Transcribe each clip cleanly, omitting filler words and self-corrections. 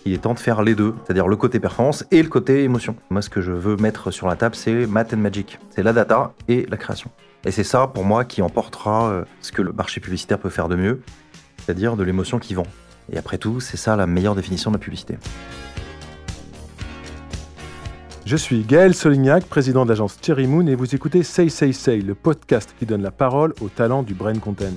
Il est temps de faire les deux, c'est-à-dire le côté performance et le côté émotion. Moi, ce que je veux mettre sur la table, c'est math and magic. C'est la data et la création. Et c'est ça, pour moi, qui emportera ce que le marché publicitaire peut faire de mieux, c'est-à-dire de l'émotion qui vend. Et après tout, c'est ça la meilleure définition de la publicité. Je suis Gaël Solignac, président de l'agence Cherry Moon, et vous écoutez Say Say Say, le podcast qui donne la parole aux talents du brain content.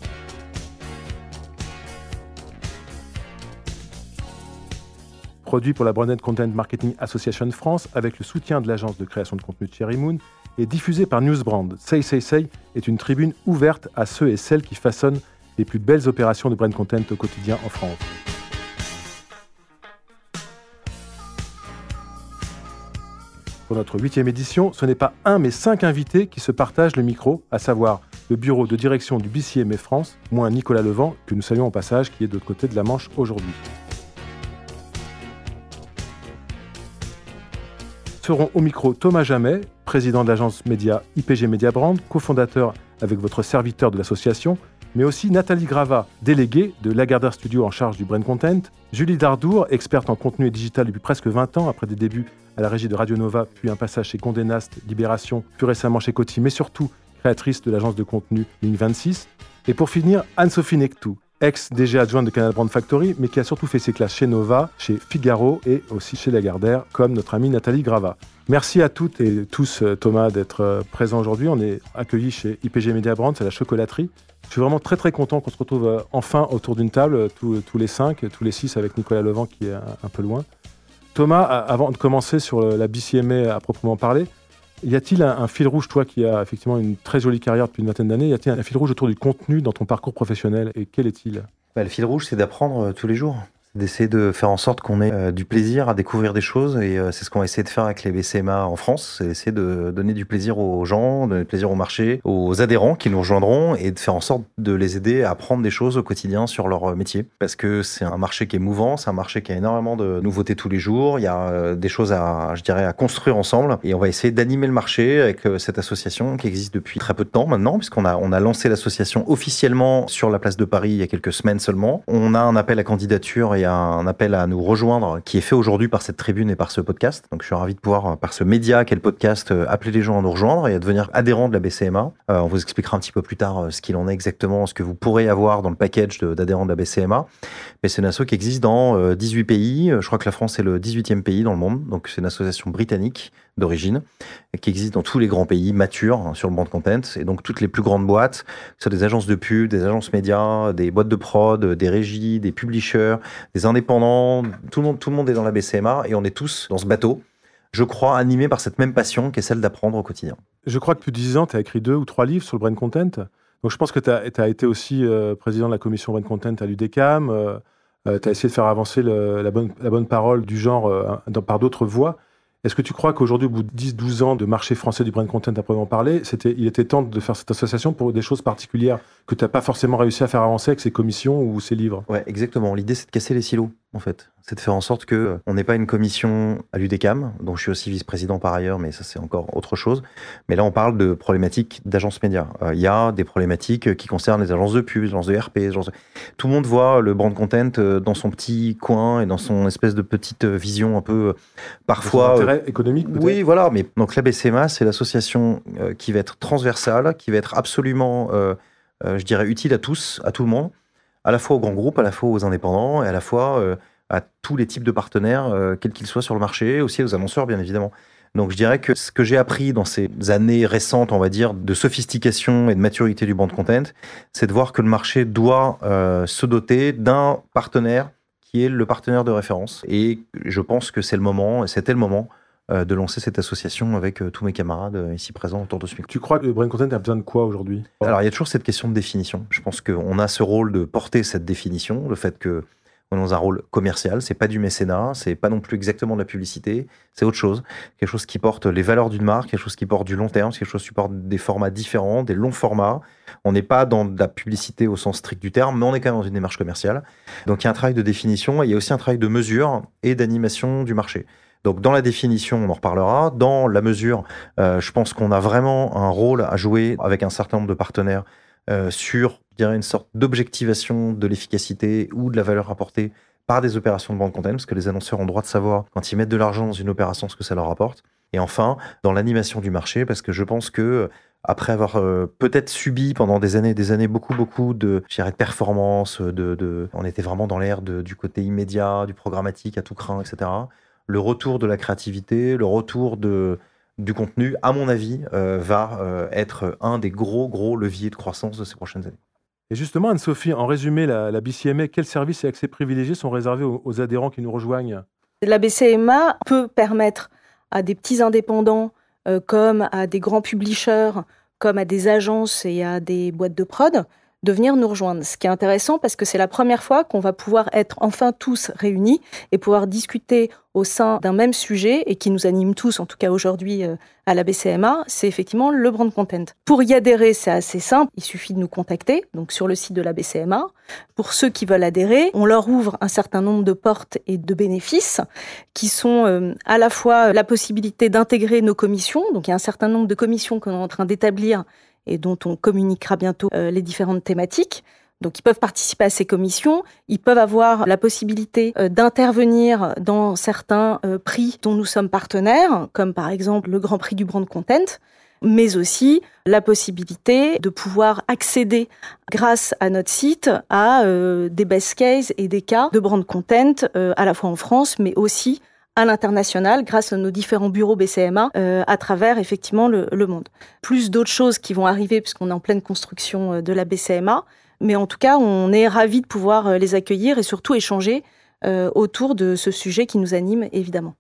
Produit pour la Branded Content Marketing Association France avec le soutien de l'agence de création de contenu Cherry Moon et diffusé par Newsbrand. Say Say Say est une tribune ouverte à ceux et celles qui façonnent les plus belles opérations de brand content au quotidien en France. Pour notre 8e édition, ce n'est pas un mais 5 invités qui se partagent le micro, à savoir le bureau de direction du BCMA France, moins Nicolas Levent, que nous saluons au passage, qui est de l'autre côté de la Manche aujourd'hui. Seront au micro Thomas Jamet, président de l'agence média IPG Media Brand, cofondateur avec votre serviteur de l'association, mais aussi Nathalie Grava, déléguée de Lagardère Studio en charge du brand content, Julie Dardour, experte en contenu et digital depuis presque 20 ans, après des débuts à la régie de Radio Nova, puis un passage chez Condé Nast, Libération, plus récemment chez Coty, mais surtout créatrice de l'agence de contenu Ligne 26. Et pour finir, Anne-Sophie Nectou, ex-DG adjointe de Canal Brand Factory, mais qui a surtout fait ses classes chez Nova, chez Figaro et aussi chez Lagardère, comme notre amie Nathalie Grava. Merci à toutes et tous, Thomas, d'être présents aujourd'hui. On est accueillis chez IPG Media Brand, c'est la chocolaterie. Je suis vraiment très très content qu'on se retrouve enfin autour d'une table, tous les 5, tous les 6 avec Nicolas Levent qui est un peu loin. Thomas, avant de commencer sur la BCMA à proprement parler, y a-t-il un fil rouge, toi qui as effectivement une très jolie carrière depuis une vingtaine d'années, y a-t-il un fil rouge autour du contenu dans ton parcours professionnel et quel est-il ? Le fil rouge, c'est d'apprendre tous les jours. D'essayer de faire en sorte qu'on ait du plaisir à découvrir des choses et c'est ce qu'on va essayer de faire avec les BCMA en France, c'est essayer de donner du plaisir aux gens, donner du plaisir au marché, aux adhérents qui nous rejoindront et de faire en sorte de les aider à apprendre des choses au quotidien sur leur métier parce que c'est un marché qui est mouvant, c'est un marché qui a énormément de nouveautés tous les jours, il y a des choses à construire ensemble et on va essayer d'animer le marché avec cette association qui existe depuis très peu de temps maintenant puisqu'on a lancé l'association officiellement sur la place de Paris il y a quelques semaines seulement. On a un appel à candidature et un appel à nous rejoindre qui est fait aujourd'hui par cette tribune et par ce podcast. Donc je suis ravi de pouvoir, par ce média qu'est le podcast, appeler les gens à nous rejoindre et à devenir adhérents de la BCMA. On vous expliquera un petit peu plus tard ce qu'il en est exactement, ce que vous pourrez avoir dans le package d'adhérents de la BCMA. Mais c'est une asso qui existe dans 18 pays. Je crois que la France est le 18e pays dans le monde. Donc c'est une association britannique d'origine qui existe dans tous les grands pays matures sur le brand content et donc toutes les plus grandes boîtes, que ce soit des agences de pub, des agences médias, des boîtes de prod, des régies, des publishers, des indépendants, tout le monde est dans la BCMA et on est tous dans ce bateau, je crois, animés par cette même passion qui est celle d'apprendre au quotidien. Je crois que depuis 10 ans, tu as écrit 2 ou 3 livres sur le brand content. Donc je pense que tu as été aussi président de la commission brand content à l'UDECAM. Tu as essayé de faire avancer la bonne parole du genre par d'autres voies. Est-ce que tu crois qu'aujourd'hui, au bout de 10-12 ans de marché français du brand content à proprement parler, il était temps de faire cette association pour des choses particulières que tu n'as pas forcément réussi à faire avancer avec ces commissions ou ces livres ? Ouais, exactement. L'idée, c'est de casser les silos, en fait. C'est de faire en sorte qu'on n'ait pas une commission à l'UDECAM, dont je suis aussi vice-président par ailleurs, mais ça, c'est encore autre chose. Mais là, on parle de problématiques d'agences médias. Il y a des problématiques qui concernent les agences de pub, les agences de RP. Tout le monde voit le brand content dans son petit coin et dans son espèce de petite vision un peu parfois... intérêt économique, peut-être ? Oui, voilà. Mais donc la BCMA, c'est l'association qui va être transversale, qui va être absolument, utile à tous, à tout le monde, à la fois aux grands groupes, à la fois aux indépendants et à la fois à tous les types de partenaires, quels qu'ils soient sur le marché, aussi aux annonceurs, bien évidemment. Donc je dirais que ce que j'ai appris dans ces années récentes, on va dire, de sophistication et de maturité du brand content, c'est de voir que le marché doit se doter d'un partenaire qui est le partenaire de référence. Et je pense que c'est le moment, et c'était le moment, de lancer cette association avec tous mes camarades ici présents autour de ce micro. Tu crois que le brand content a besoin de quoi aujourd'hui ? Alors, il y a toujours cette question de définition. Je pense qu'on a ce rôle de porter cette définition, le fait que on est dans un rôle commercial, c'est pas du mécénat, c'est pas non plus exactement de la publicité, c'est autre chose. Quelque chose qui porte les valeurs d'une marque, quelque chose qui porte du long terme, quelque chose qui porte des formats différents, des longs formats. On n'est pas dans de la publicité au sens strict du terme, mais on est quand même dans une démarche commerciale. Donc il y a un travail de définition et il y a aussi un travail de mesure et d'animation du marché. Donc dans la définition, on en reparlera. Dans la mesure, je pense qu'on a vraiment un rôle à jouer avec un certain nombre de partenaires sur, je dirais, une sorte d'objectivation de l'efficacité ou de la valeur apportée par des opérations de brand content, parce que les annonceurs ont le droit de savoir, quand ils mettent de l'argent dans une opération, ce que ça leur apporte. Et enfin, dans l'animation du marché, parce que je pense que après avoir peut-être subi pendant des années beaucoup de performance, on était vraiment dans l'ère du côté immédiat, du programmatique à tout crin, etc. Le retour de la créativité, le retour du contenu, à mon avis, va être un des gros leviers de croissance de ces prochaines années. Et justement, Anne-Sophie, en résumé, la BCMA, quels services et accès privilégiés sont réservés aux adhérents qui nous rejoignent ? La BCMA peut permettre à des petits indépendants, comme à des grands publishers, comme à des agences et à des boîtes de prod, de venir nous rejoindre. Ce qui est intéressant parce que c'est la première fois qu'on va pouvoir être enfin tous réunis et pouvoir discuter au sein d'un même sujet et qui nous anime tous, en tout cas aujourd'hui à la BCMA, c'est effectivement le brand content. Pour y adhérer, c'est assez simple, il suffit de nous contacter, donc sur le site de la BCMA. Pour ceux qui veulent adhérer, on leur ouvre un certain nombre de portes et de bénéfices qui sont à la fois la possibilité d'intégrer nos commissions, donc il y a un certain nombre de commissions qu'on est en train d'établir et dont on communiquera bientôt les différentes thématiques. Donc, ils peuvent participer à ces commissions, ils peuvent avoir la possibilité d'intervenir dans certains prix dont nous sommes partenaires, comme par exemple le Grand Prix du Brand Content, mais aussi la possibilité de pouvoir accéder, grâce à notre site, à des best cases et des cas de brand content, à la fois en France, mais aussi à l'international, grâce à nos différents bureaux BCMA, à travers effectivement le monde. Plus d'autres choses qui vont arriver, puisqu'on est en pleine construction de la BCMA, mais en tout cas, on est ravis de pouvoir les accueillir et surtout échanger autour de ce sujet qui nous anime, évidemment.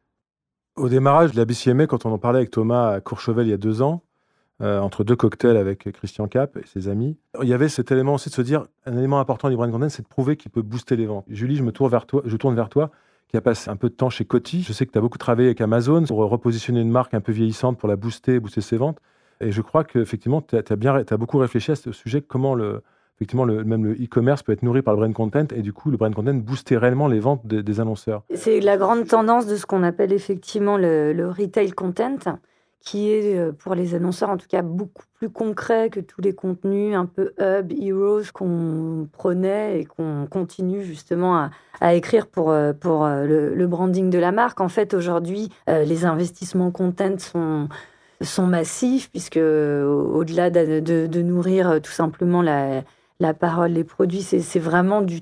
Au démarrage de la BCMA, quand on en parlait avec Thomas à Courchevel il y a 2 ans, entre 2 cocktails avec Christian Cap et ses amis, il y avait cet élément aussi de se dire, un élément important du brand content, c'est de prouver qu'il peut booster les ventes. Julie, je tourne vers toi, qui a passé un peu de temps chez Coty. Je sais que tu as beaucoup travaillé avec Amazon pour repositionner une marque un peu vieillissante pour la booster ses ventes. Et je crois qu'effectivement, tu as beaucoup réfléchi à ce sujet, comment même le e-commerce peut être nourri par le brand content et du coup, le brand content booster réellement les ventes des annonceurs. C'est la grande tendance de ce qu'on appelle effectivement le retail content, qui est pour les annonceurs en tout cas beaucoup plus concret que tous les contenus un peu hub, heroes qu'on prenait et qu'on continue justement à écrire pour le branding de la marque. En fait, aujourd'hui, les investissements content sont massifs puisque au-delà de nourrir tout simplement la parole, les produits, c'est vraiment du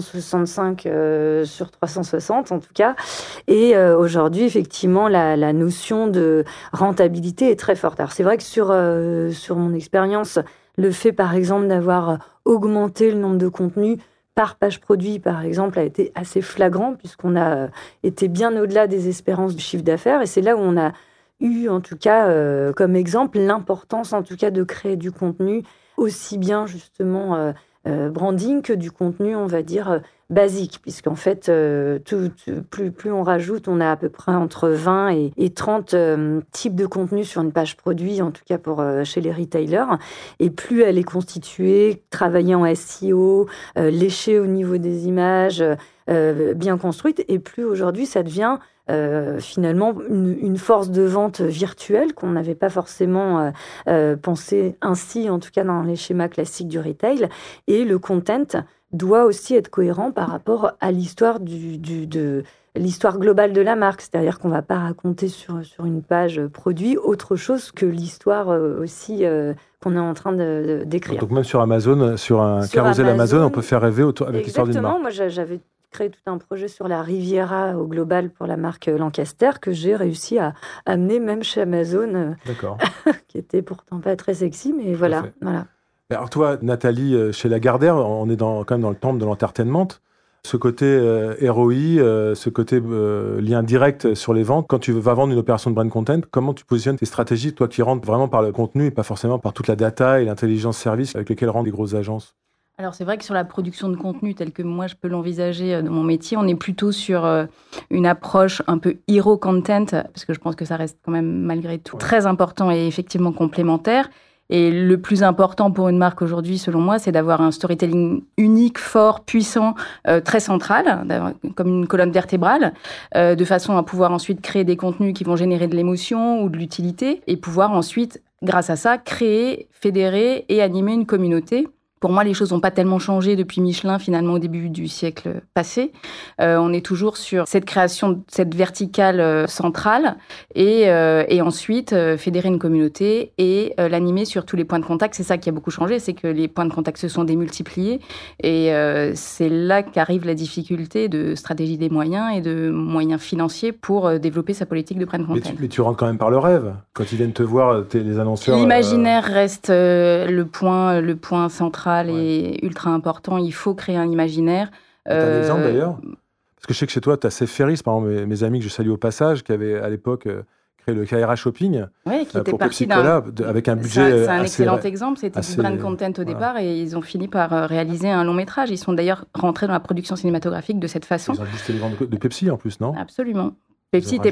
365 sur 360 en tout cas. Et aujourd'hui, effectivement, la notion de rentabilité est très forte. Alors c'est vrai que sur mon expérience, le fait par exemple d'avoir augmenté le nombre de contenus par page produit, par exemple, a été assez flagrant puisqu'on a été bien au-delà des espérances du chiffre d'affaires. Et c'est là où on a eu, en tout cas, comme exemple, l'importance, en tout cas, de créer du contenu aussi bien, justement, branding que du contenu, on va dire, basique. Puisqu'en fait, plus on rajoute, on a à peu près entre 20 et 30 types de contenus sur une page produit, en tout cas chez les retailers. Et plus elle est constituée, travaillée en SEO, léchée au niveau des images, bien construite, et plus aujourd'hui, ça devient finalement une force de vente virtuelle qu'on n'avait pas forcément pensé ainsi, en tout cas dans les schémas classiques du retail. Et le content doit aussi être cohérent par rapport à l'histoire l'histoire globale de la marque. C'est-à-dire qu'on ne va pas raconter sur une page produit autre chose que l'histoire aussi qu'on est en train d'écrire. Donc même sur Amazon, sur un carrousel Amazon, on peut faire rêver avec l'histoire d'une marque. Exactement. Moi, j'avais créé tout un projet sur la Riviera au global pour la marque Lancaster que j'ai réussi à amener même chez Amazon, qui était pourtant pas très sexy, mais voilà. Alors toi, Nathalie, chez Lagardère, on est quand même dans le temple de l'entertainment. Ce côté ROI, ce côté lien direct sur les ventes, quand tu vas vendre une opération de brand content, comment tu positionnes tes stratégies, toi qui rentres vraiment par le contenu et pas forcément par toute la data et l'intelligence service avec lesquelles rentrent les grosses agences? Alors c'est vrai que sur la production de contenu, telle que moi je peux l'envisager dans mon métier, on est plutôt sur une approche un peu hero content, parce que je pense que ça reste quand même malgré tout très important et effectivement complémentaire. Et le plus important pour une marque aujourd'hui, selon moi, c'est d'avoir un storytelling unique, fort, puissant, très central, comme une colonne vertébrale, de façon à pouvoir ensuite créer des contenus qui vont générer de l'émotion ou de l'utilité, et pouvoir ensuite, grâce à ça, créer, fédérer et animer une communauté Pour moi, les choses n'ont pas tellement changé depuis Michelin, finalement, au début du siècle passé. On est toujours sur cette création, cette verticale centrale, et ensuite fédérer une communauté et l'animer sur tous les points de contact. C'est ça qui a beaucoup changé, c'est que les points de contact se sont démultipliés, et c'est là qu'arrive la difficulté de stratégie des moyens et de moyens financiers pour développer sa politique de brand content. Mais tu rentres quand même par le rêve, quand ils viennent te voir, les annonceurs... L'imaginaire reste le point central et ultra important. Il faut créer un imaginaire. T'as un exemple d'ailleurs ? Parce que je sais que chez toi, tu as Seferis, par exemple, mes amis que je salue au passage, qui avaient à l'époque créé le Kaira Shopping qui était pour parti Pepsi-Cola, avec un budget c'est un excellent exemple. C'était du brand content au départ, et ils ont fini par réaliser un long métrage. Ils sont d'ailleurs rentrés dans la production cinématographique de cette façon. Ils ont boosté les ventes de Pepsi en plus, non ? Absolument. Pepsi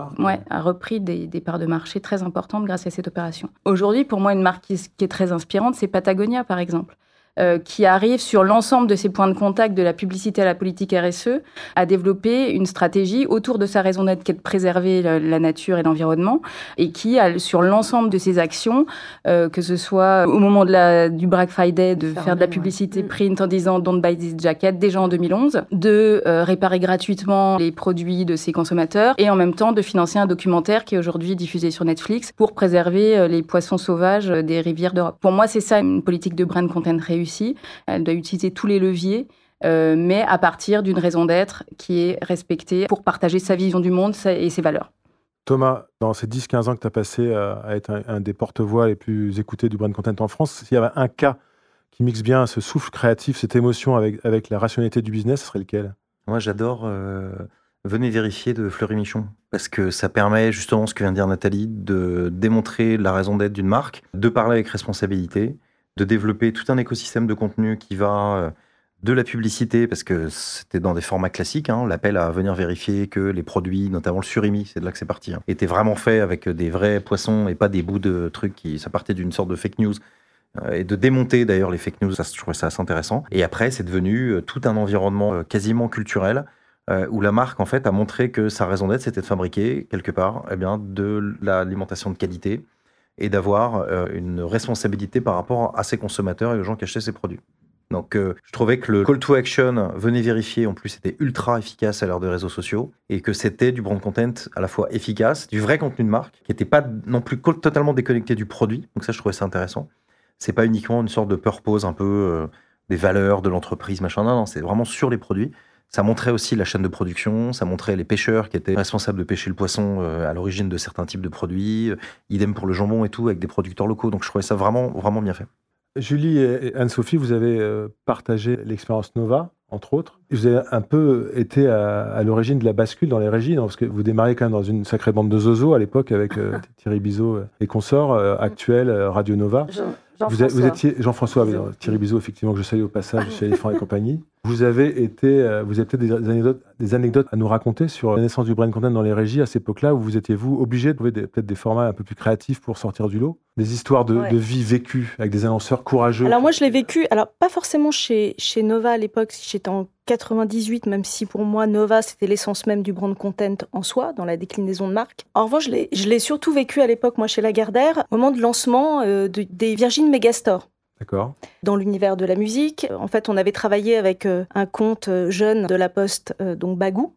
a repris des parts de marché très importantes grâce à cette opération. Aujourd'hui, pour moi, une marque qui est très inspirante, c'est Patagonia, par exemple. Qui arrive sur l'ensemble de ces points de contact de la publicité à la politique RSE à développer une stratégie autour de sa raison d'être qui est de préserver la nature et l'environnement, et qui a sur l'ensemble de ses actions, que ce soit au moment du Black Friday de faire de la publicité print en disant don't buy this jacket déjà en 2011, de réparer gratuitement les produits de ses consommateurs, et en même temps de financer un documentaire qui est aujourd'hui diffusé sur Netflix pour préserver les poissons sauvages des rivières d'Europe. Pour moi, c'est ça une politique de brand content réussie. Elle doit utiliser tous les leviers, mais à partir d'une raison d'être qui est respectée pour partager sa vision du monde et ses valeurs. Thomas, dans ces 10-15 ans que tu as passé à être un des porte-voix les plus écoutés du brand content en France, s'il y avait un cas qui mixe bien ce souffle créatif, cette émotion avec la rationalité du business, ce serait lequel ? Moi, j'adore Venez vérifier de Fleury Michon, parce que ça permet justement, ce que vient de dire Nathalie, de démontrer la raison d'être d'une marque, de parler avec responsabilité, de développer tout un écosystème de contenu qui va de la publicité, parce que c'était dans des formats classiques, l'appel à venir vérifier que les produits, notamment le surimi, c'est de là que c'est parti, étaient vraiment faits avec des vrais poissons et pas des bouts de trucs ça partait d'une sorte de fake news. Et de démonter d'ailleurs les fake news, je trouvais ça assez intéressant. Et après, c'est devenu tout un environnement quasiment culturel, où la marque en fait a montré que sa raison d'être, c'était de fabriquer quelque part de l'alimentation de qualité, et d'avoir une responsabilité par rapport à ses consommateurs et aux gens qui achetaient ses produits. Donc je trouvais que le call to action, venez vérifier, en plus c'était ultra efficace à l'heure des réseaux sociaux, et que c'était du brand content à la fois efficace, du vrai contenu de marque, qui n'était pas non plus totalement déconnecté du produit. Donc ça, je trouvais ça intéressant. C'est pas uniquement une sorte de purpose un peu des valeurs de l'entreprise, machin. Non, c'est vraiment sur les produits. Ça montrait aussi la chaîne de production, ça montrait les pêcheurs qui étaient responsables de pêcher le poisson à l'origine de certains types de produits, idem pour le jambon et tout, avec des producteurs locaux. Donc je trouvais ça vraiment, vraiment bien fait. Julie et Anne-Sophie, vous avez partagé l'expérience Nova, entre autres. Vous avez un peu été à l'origine de la bascule dans les régies, parce que vous démarrez quand même dans une sacrée bande de zozos à l'époque, avec Thierry Bizot et consorts, Actuel, Radio Nova. Vous étiez Jean-François, Thierry Bizot, effectivement, que je salue au passage chez Éléphant et compagnie. Vous avez peut-être des anecdotes à nous raconter sur la naissance du brand content dans les régies à cette époque-là, où vous étiez, vous, obligé de trouver peut-être des formats un peu plus créatifs pour sortir du lot, des histoires de vie vécues avec des annonceurs courageux. Alors moi, je l'ai vécu, pas forcément chez Nova à l'époque, j'étais en 98, même si pour moi, Nova, c'était l'essence même du brand content en soi, dans la déclinaison de marque. En revanche, je l'ai surtout vécu à l'époque, moi, chez Lagardère, au moment de lancement des Virgin Megastore. D'accord. Dans l'univers de la musique, en fait, on avait travaillé avec un compte jeune de La Poste, donc Bagou,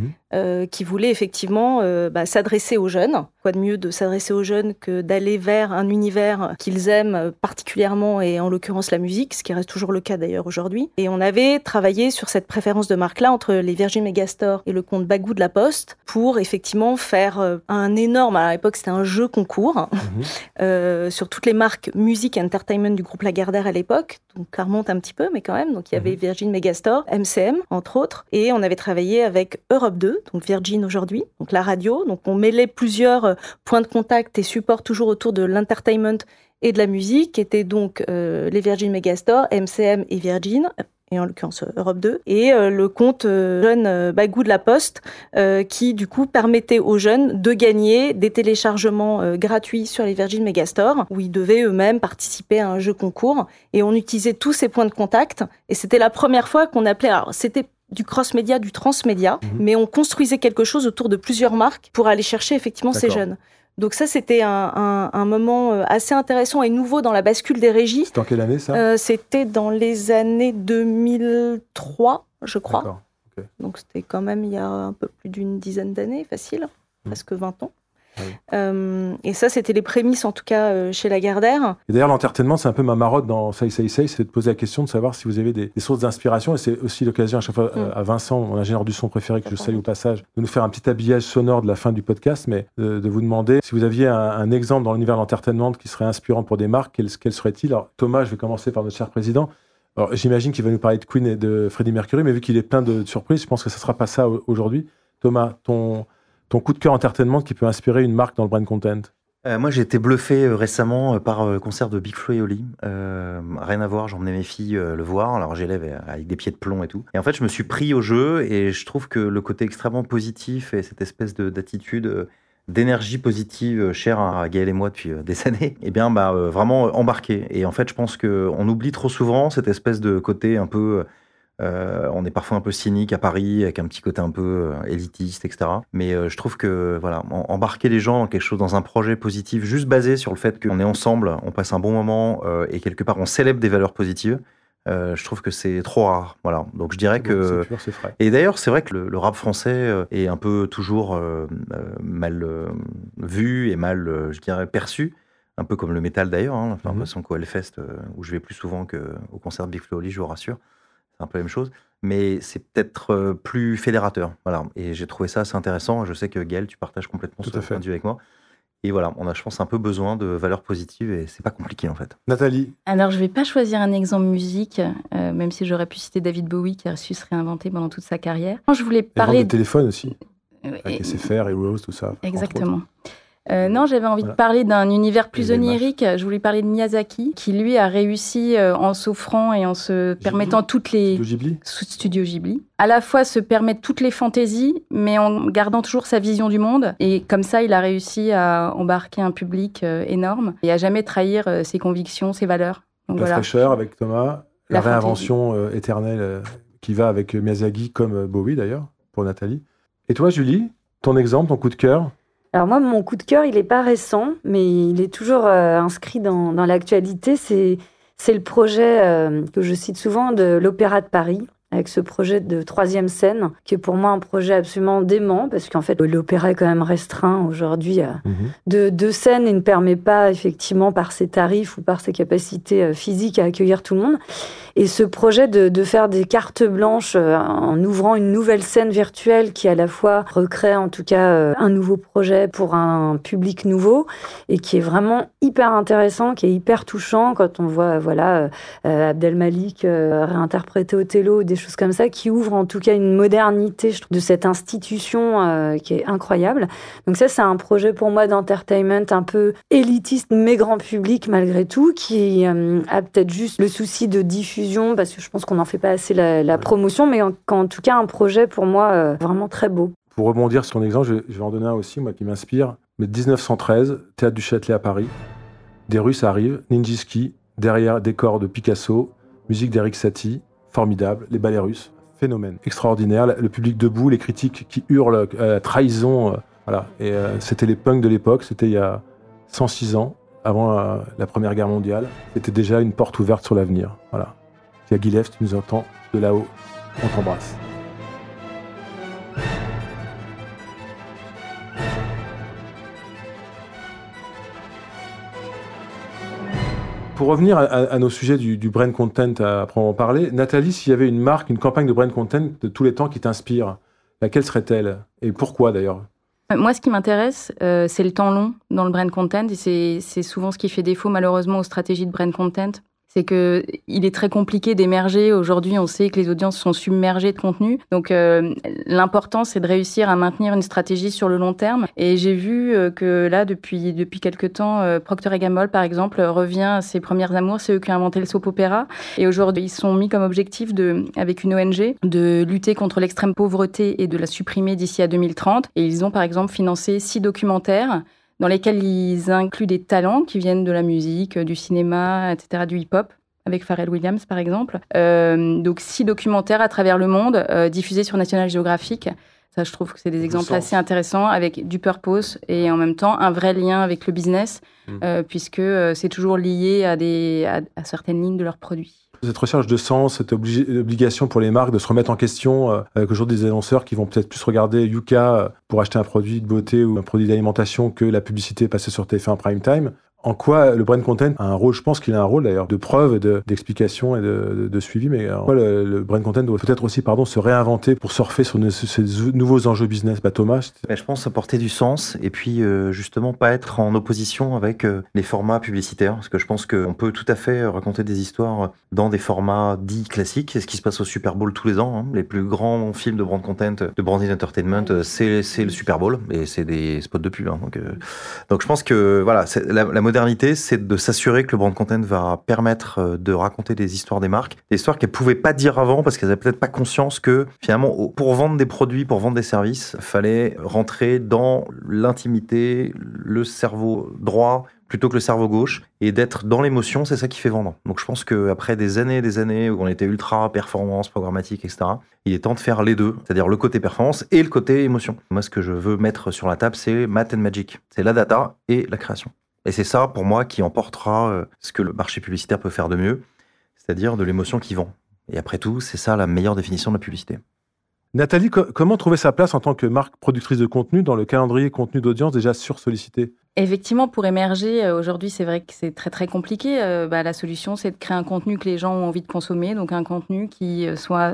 qui voulait effectivement s'adresser aux jeunes. Quoi de mieux de s'adresser aux jeunes que d'aller vers un univers qu'ils aiment particulièrement, et en l'occurrence la musique, ce qui reste toujours le cas d'ailleurs aujourd'hui. Et on avait travaillé sur cette préférence de marque-là entre les Virgin Megastore et le compte Bagou de La Poste pour effectivement faire un énorme, à l'époque c'était un jeu concours, sur toutes les marques musique et entertainment du groupe Lagardère à l'époque. Donc ça remonte un petit peu, mais quand même. Donc il y avait Virgin Megastore, MCM entre autres, et on avait travaillé avec Europe 2, donc Virgin aujourd'hui, donc la radio. Donc on mêlait plusieurs points de contact et supports toujours autour de l'entertainment et de la musique, qui étaient donc les Virgin Megastore, MCM et Virgin, et en l'occurrence Europe 2, et le compte jeune Bagou de La Poste, qui du coup permettait aux jeunes de gagner des téléchargements gratuits sur les Virgin Megastore, où ils devaient eux-mêmes participer à un jeu concours, et on utilisait tous ces points de contact, et c'était la première fois qu'on appelait, alors c'était du cross-média, du transmédia, mais on construisait quelque chose autour de plusieurs marques pour aller chercher effectivement ces jeunes. Donc ça, c'était un moment assez intéressant et nouveau dans la bascule des régies. C'était en quelle année, ça ? C'était dans les années 2003, je crois. D'accord. Okay. Donc c'était quand même il y a un peu plus d'une dizaine d'années, facile, presque 20 ans. Oui. Et ça, c'était les prémices, en tout cas, chez Lagardère. Et d'ailleurs, l'entertainment, c'est un peu ma marotte dans Say, c'est de poser la question de savoir si vous avez des sources d'inspiration. Et c'est aussi l'occasion à chaque fois à Vincent, mon ingénieur du son préféré, que je salue au passage, de nous faire un petit habillage sonore de la fin du podcast, mais de vous demander si vous aviez un exemple dans l'univers de l'entertainment qui serait inspirant pour des marques, quel serait-il ? Alors, Thomas, je vais commencer par notre cher président. Alors, j'imagine qu'il va nous parler de Queen et de Freddie Mercury, mais vu qu'il est plein de surprises, je pense que ce ne sera pas ça aujourd'hui. Thomas, ton coup de cœur entertainment qui peut inspirer une marque dans le brand content ? Moi, j'ai été bluffé récemment par le concert de Big Flo et Oli. Rien à voir, j'emmenais mes filles le voir. Alors, j'élève avec des pieds de plomb et tout. Et en fait, je me suis pris au jeu et je trouve que le côté extrêmement positif et cette espèce d'attitude, d'énergie positive chère à Gaël et moi depuis des années, eh bien, vraiment embarqué. Et en fait, je pense qu'on oublie trop souvent cette espèce de côté un peu... on est parfois un peu cynique à Paris, avec un petit côté un peu élitiste, etc. Mais je trouve que voilà, embarquer les gens dans quelque chose, dans un projet positif, juste basé sur le fait qu'on est ensemble, on passe un bon moment et quelque part on célèbre des valeurs positives, je trouve que c'est trop rare. Voilà. Donc je dirais que... C'est pur, c'est frais. Et d'ailleurs, c'est vrai que le rap français est un peu toujours mal vu et mal, je dirais, perçu. Un peu comme le métal d'ailleurs, hein. Enfin, façon qu'au Hellfest, où je vais plus souvent qu'au concert de Big Flo et Oli, je vous rassure. C'est un peu la même chose, mais c'est peut-être plus fédérateur. Voilà. Et j'ai trouvé ça assez intéressant. Je sais que Gaël, tu partages complètement ce point de vue avec moi. Et voilà, on a, je pense, un peu besoin de valeurs positives et c'est pas compliqué en fait. Nathalie ? Alors, je vais pas choisir un exemple musique, même si j'aurais pu citer David Bowie qui a su se réinventer pendant toute sa carrière. Non, je voulais parler de téléphone aussi, avec SFR, Heroes, tout ça. Exactement. Non, j'avais envie de parler d'un univers plus onirique. Je voulais parler de Miyazaki, qui lui a réussi en s'offrant et en se permettant toutes les... Studio Ghibli. À la fois se permettre toutes les fantaisies, mais en gardant toujours sa vision du monde. Et comme ça, il a réussi à embarquer un public énorme et à jamais trahir ses convictions, ses valeurs. Donc, la fraîcheur avec Thomas, la réinvention éternelle qui va avec Miyazaki comme Bowie d'ailleurs, pour Nathalie. Et toi, Julie, ton exemple, ton coup de cœur ? Alors moi, mon coup de cœur, il n'est pas récent, mais il est toujours inscrit dans l'actualité. C'est le projet que je cite souvent de l'Opéra de Paris, avec ce projet de 3e scène, qui est pour moi un projet absolument dément, parce qu'en fait, l'opéra est quand même restreint aujourd'hui de 2 scènes et ne permet pas, effectivement, par ses tarifs ou par ses capacités physiques à accueillir tout le monde. Et ce projet de faire des cartes blanches en ouvrant une nouvelle scène virtuelle qui à la fois recrée en tout cas un nouveau projet pour un public nouveau et qui est vraiment hyper intéressant, qui est hyper touchant quand on voit Abdelmalik réinterpréter Othello ou des choses comme ça, qui ouvre en tout cas une modernité de cette institution qui est incroyable. Donc ça, c'est un projet pour moi d'entertainment un peu élitiste mais grand public malgré tout, qui a peut-être juste le souci de diffusion parce que je pense qu'on n'en fait pas assez la promotion, mais en tout cas un projet pour moi vraiment très beau. Pour rebondir sur ton exemple, je vais en donner un aussi, moi qui m'inspire. Mais 1913, Théâtre du Châtelet à Paris, des Russes arrivent, Nijinsky, derrière décor de Picasso, musique d'Eric Satie, formidable, les ballets russes, phénomène extraordinaire, le public debout, les critiques qui hurlent trahison, voilà. Et c'était les punks de l'époque, c'était il y a 106 ans, avant la Première Guerre mondiale, c'était déjà une porte ouverte sur l'avenir, voilà. Guilef, tu nous entends de là-haut, on t'embrasse. Pour revenir à nos sujets du brand content, après on va en parler, Nathalie, s'il y avait une marque, une campagne de brand content de tous les temps qui t'inspire, laquelle serait-elle ? Et pourquoi d'ailleurs ? Moi, ce qui m'intéresse, c'est le temps long dans le brand content et c'est souvent ce qui fait défaut malheureusement aux stratégies de brand content. C'est qu'il est très compliqué d'émerger. Aujourd'hui, on sait que les audiences sont submergées de contenu. Donc, l'important, c'est de réussir à maintenir une stratégie sur le long terme. Et j'ai vu que là, depuis quelque temps, Procter & Gamble, par exemple, revient à ses premières amours. C'est eux qui ont inventé le soap opéra. Et aujourd'hui, ils se sont mis comme objectif, avec une ONG, de lutter contre l'extrême pauvreté et de la supprimer d'ici à 2030. Et ils ont, par exemple, financé 6 documentaires dans lesquels ils incluent des talents qui viennent de la musique, du cinéma, etc., du hip-hop, avec Pharrell Williams, par exemple. Donc, 6 documentaires à travers le monde, diffusés sur National Geographic, Ça, je trouve que c'est des exemples assez intéressants avec du purpose et en même temps un vrai lien avec le business, puisque c'est toujours lié à certaines lignes de leurs produits. Cette recherche de sens, cette obligation pour les marques de se remettre en question, avec aujourd'hui des annonceurs qui vont peut-être plus regarder Yuka pour acheter un produit de beauté ou un produit d'alimentation que la publicité passée sur TF1 Prime Time. En quoi le brand content a un rôle, je pense qu'il a un rôle d'ailleurs de preuve, d'explication et de suivi, mais en quoi le brand content doit peut-être aussi se réinventer pour surfer sur ces nouveaux enjeux business. Thomas, je pense apporter du sens et puis justement pas être en opposition avec les formats publicitaires, parce que je pense qu'on peut tout à fait raconter des histoires dans des formats dits classiques. C'est ce qui se passe au Super Bowl tous les ans, hein. Les plus grands films de brand content, de branding entertainment, c'est le Super Bowl et c'est des spots de pub, hein. Donc je pense que voilà, la modernité, c'est de s'assurer que le brand content va permettre de raconter des histoires des marques, des histoires qu'elles pouvaient pas dire avant parce qu'elles avaient peut-être pas conscience que finalement, pour vendre des produits, pour vendre des services, fallait rentrer dans l'intimité, le cerveau droit plutôt que le cerveau gauche, et d'être dans l'émotion, c'est ça qui fait vendre. Donc je pense qu'après des années où on était ultra performance, programmatique, etc., il est temps de faire les deux, c'est-à-dire le côté performance et le côté émotion. Moi, ce que je veux mettre sur la table, c'est math and magic. C'est la data et la création. Et c'est ça, pour moi, qui emportera ce que le marché publicitaire peut faire de mieux, c'est-à-dire de l'émotion qui vend. Et après tout, c'est ça la meilleure définition de la publicité. Nathalie, comment trouver sa place en tant que marque productrice de contenu dans le calendrier contenu d'audience déjà sursollicité ? Effectivement, pour émerger, aujourd'hui, c'est vrai que c'est très, très compliqué. La solution, c'est de créer un contenu que les gens ont envie de consommer, donc un contenu qui soit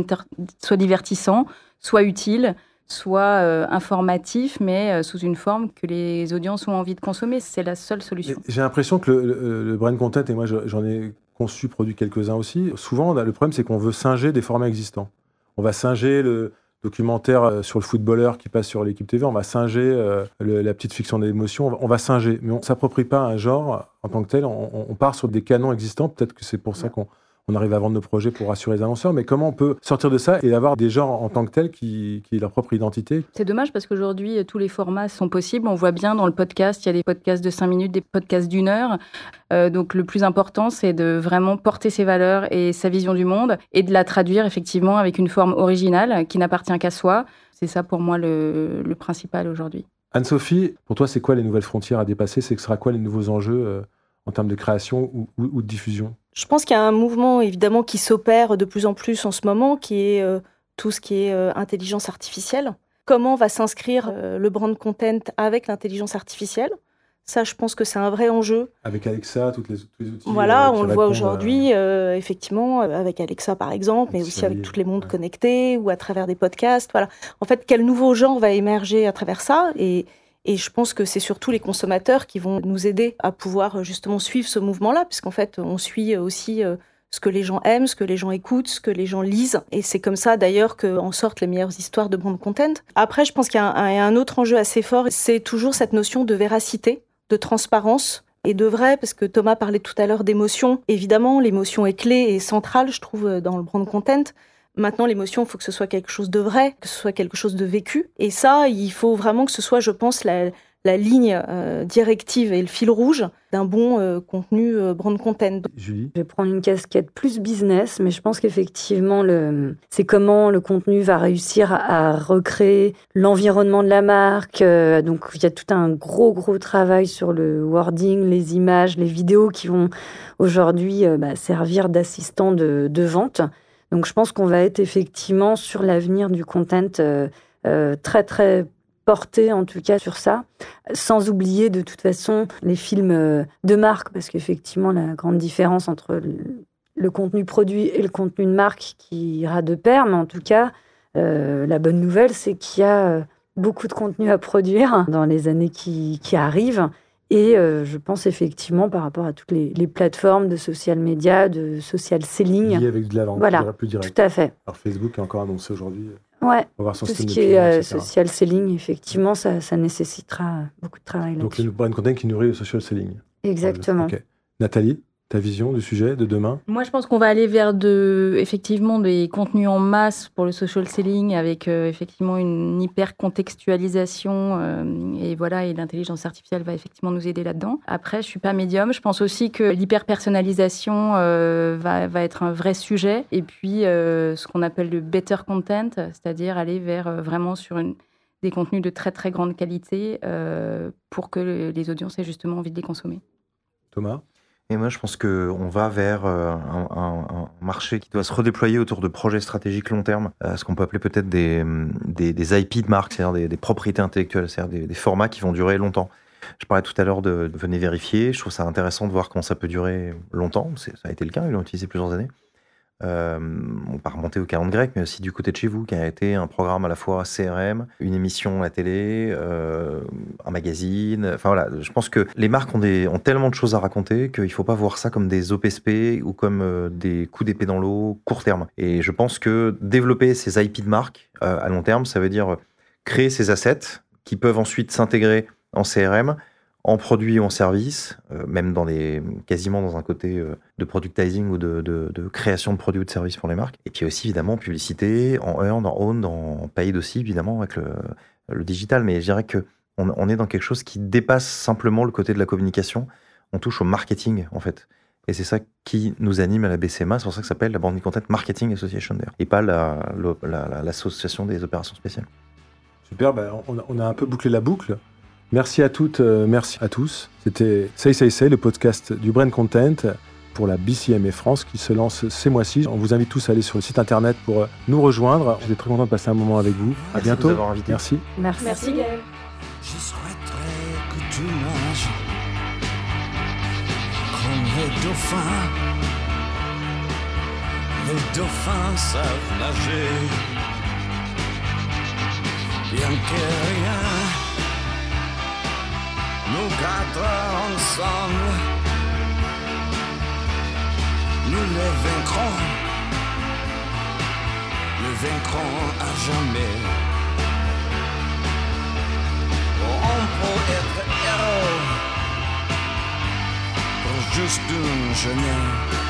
divertissant, soit utile, soit informatif, mais sous une forme que les audiences ont envie de consommer. C'est la seule solution. J'ai l'impression que le brand content, et moi j'en ai conçu, produit quelques-uns aussi, souvent le problème c'est qu'on veut singer des formats existants. On va singer le documentaire sur le footballeur qui passe sur l'équipe TV, on va singer la petite fiction d'émotion, on va singer, mais on ne s'approprie pas un genre en tant que tel, on part sur des canons existants, peut-être que c'est pour ça qu'on arrive à vendre nos projets pour rassurer les annonceurs, mais comment on peut sortir de ça et avoir des genres en tant que tels qui aient leur propre identité ? C'est dommage parce qu'aujourd'hui, tous les formats sont possibles. On voit bien dans le podcast, il y a des podcasts de 5 minutes, des podcasts d'1 heure. Donc le plus important, c'est de vraiment porter ses valeurs et sa vision du monde et de la traduire effectivement avec une forme originale qui n'appartient qu'à soi. C'est ça pour moi le principal aujourd'hui. Anne-Sophie, pour toi, c'est quoi les nouvelles frontières à dépasser ? Ce sera quoi les nouveaux enjeux en termes de création ou de diffusion ? Je pense qu'il y a un mouvement évidemment qui s'opère de plus en plus en ce moment, qui est tout ce qui est intelligence artificielle. Comment va s'inscrire le brand content avec l'intelligence artificielle ? Ça, je pense que c'est un vrai enjeu. Avec Alexa, tous les outils. Voilà, on le voit aujourd'hui, effectivement, avec Alexa par exemple, mais aussi avec toutes les montres connectées ou à travers des podcasts. Voilà. En fait, quel nouveau genre va émerger à travers ça ? Et je pense que c'est surtout les consommateurs qui vont nous aider à pouvoir justement suivre ce mouvement-là, puisqu'en fait, on suit aussi ce que les gens aiment, ce que les gens écoutent, ce que les gens lisent. Et c'est comme ça, d'ailleurs, qu'en sortent les meilleures histoires de brand content. Après, je pense qu'il y a un autre enjeu assez fort, c'est toujours cette notion de véracité, de transparence et de vrai, parce que Thomas parlait tout à l'heure d'émotion. Évidemment, l'émotion est clé et centrale, je trouve, dans le brand content. Maintenant, l'émotion, il faut que ce soit quelque chose de vrai, que ce soit quelque chose de vécu. Et ça, il faut vraiment que ce soit, je pense, la ligne directive et le fil rouge d'un bon contenu brand content. Julie ? Je vais prendre une casquette plus business, mais je pense qu'effectivement, c'est comment le contenu va réussir à recréer l'environnement de la marque. Donc, il y a tout un gros travail sur le wording, les images, les vidéos qui vont aujourd'hui servir d'assistants de vente. Donc, je pense qu'on va être effectivement sur l'avenir du content très, très porté, en tout cas, sur ça. Sans oublier, de toute façon, les films de marque, parce qu'effectivement, la grande différence entre le contenu produit et le contenu de marque qui ira de pair, mais en tout cas, la bonne nouvelle, c'est qu'il y a beaucoup de contenu à produire dans les années qui arrivent. Et je pense effectivement par rapport à toutes les plateformes de social media, de social selling. Lié avec de la vente, voilà, plus direct. Tout à fait. Alors Facebook a encore annoncé aujourd'hui. Ouais, on va voir son tout ce qui est social selling, effectivement, ça nécessitera beaucoup de travail Donc là-dessus. le brand content qui nourrit le social selling. Exactement. Okay. Nathalie ? ta vision du sujet de demain? Moi, je pense qu'on va aller vers effectivement des contenus en masse pour le social selling avec effectivement une hyper contextualisation et l'intelligence artificielle va effectivement nous aider là-dedans. Après, je suis pas médium. Je pense aussi que l'hyper personnalisation va être un vrai sujet. Et puis, ce qu'on appelle le better content, c'est-à-dire aller vers vraiment sur des contenus de très très grande qualité pour que les audiences aient justement envie de les consommer. Thomas? Et moi, je pense qu'on va vers un marché qui doit se redéployer autour de projets stratégiques long terme, ce qu'on peut appeler peut-être des IP de marque, c'est-à-dire des propriétés intellectuelles, c'est-à-dire des formats qui vont durer longtemps. Je parlais tout à l'heure de venez vérifier, je trouve ça intéressant de voir comment ça peut durer longtemps, ça a été le cas, ils l'ont utilisé plusieurs années. On va remonter au calendrier grec, mais aussi du côté de chez vous, qui a été un programme à la fois CRM, une émission à la télé, un magazine. Enfin voilà, je pense que les marques ont tellement de choses à raconter qu'il ne faut pas voir ça comme des OPSP ou comme des coups d'épée dans l'eau court terme. Et je pense que développer ces IP de marque à long terme, ça veut dire créer ces assets qui peuvent ensuite s'intégrer en CRM, en produits ou en services, même quasiment dans un côté de productizing ou de création de produits ou de services pour les marques. Et puis aussi, évidemment, en publicité, en earn, en own, en paid aussi, évidemment, avec le digital. Mais je dirais qu'on est dans quelque chose qui dépasse simplement le côté de la communication. On touche au marketing, en fait. Et c'est ça qui nous anime à la BCMA. C'est pour ça que ça s'appelle la Branding Content Marketing Association, d'ailleurs. Et pas l'association des opérations spéciales. Super, on a un peu bouclé la boucle. Merci à toutes, merci à tous. C'était Say, le podcast du Brand Content pour la BCMA France qui se lance ces mois-ci. On vous invite tous à aller sur le site internet pour nous rejoindre. J'étais très content de passer un moment avec vous. À bientôt. Merci de nous avoir invités. Merci. Merci Gaël. Je souhaiterais que tu nages comme les dauphins. Les dauphins savent nager, bien que rien nous gardera ensemble. Nous les vaincrons à jamais. On peut être héros pour juste une journée.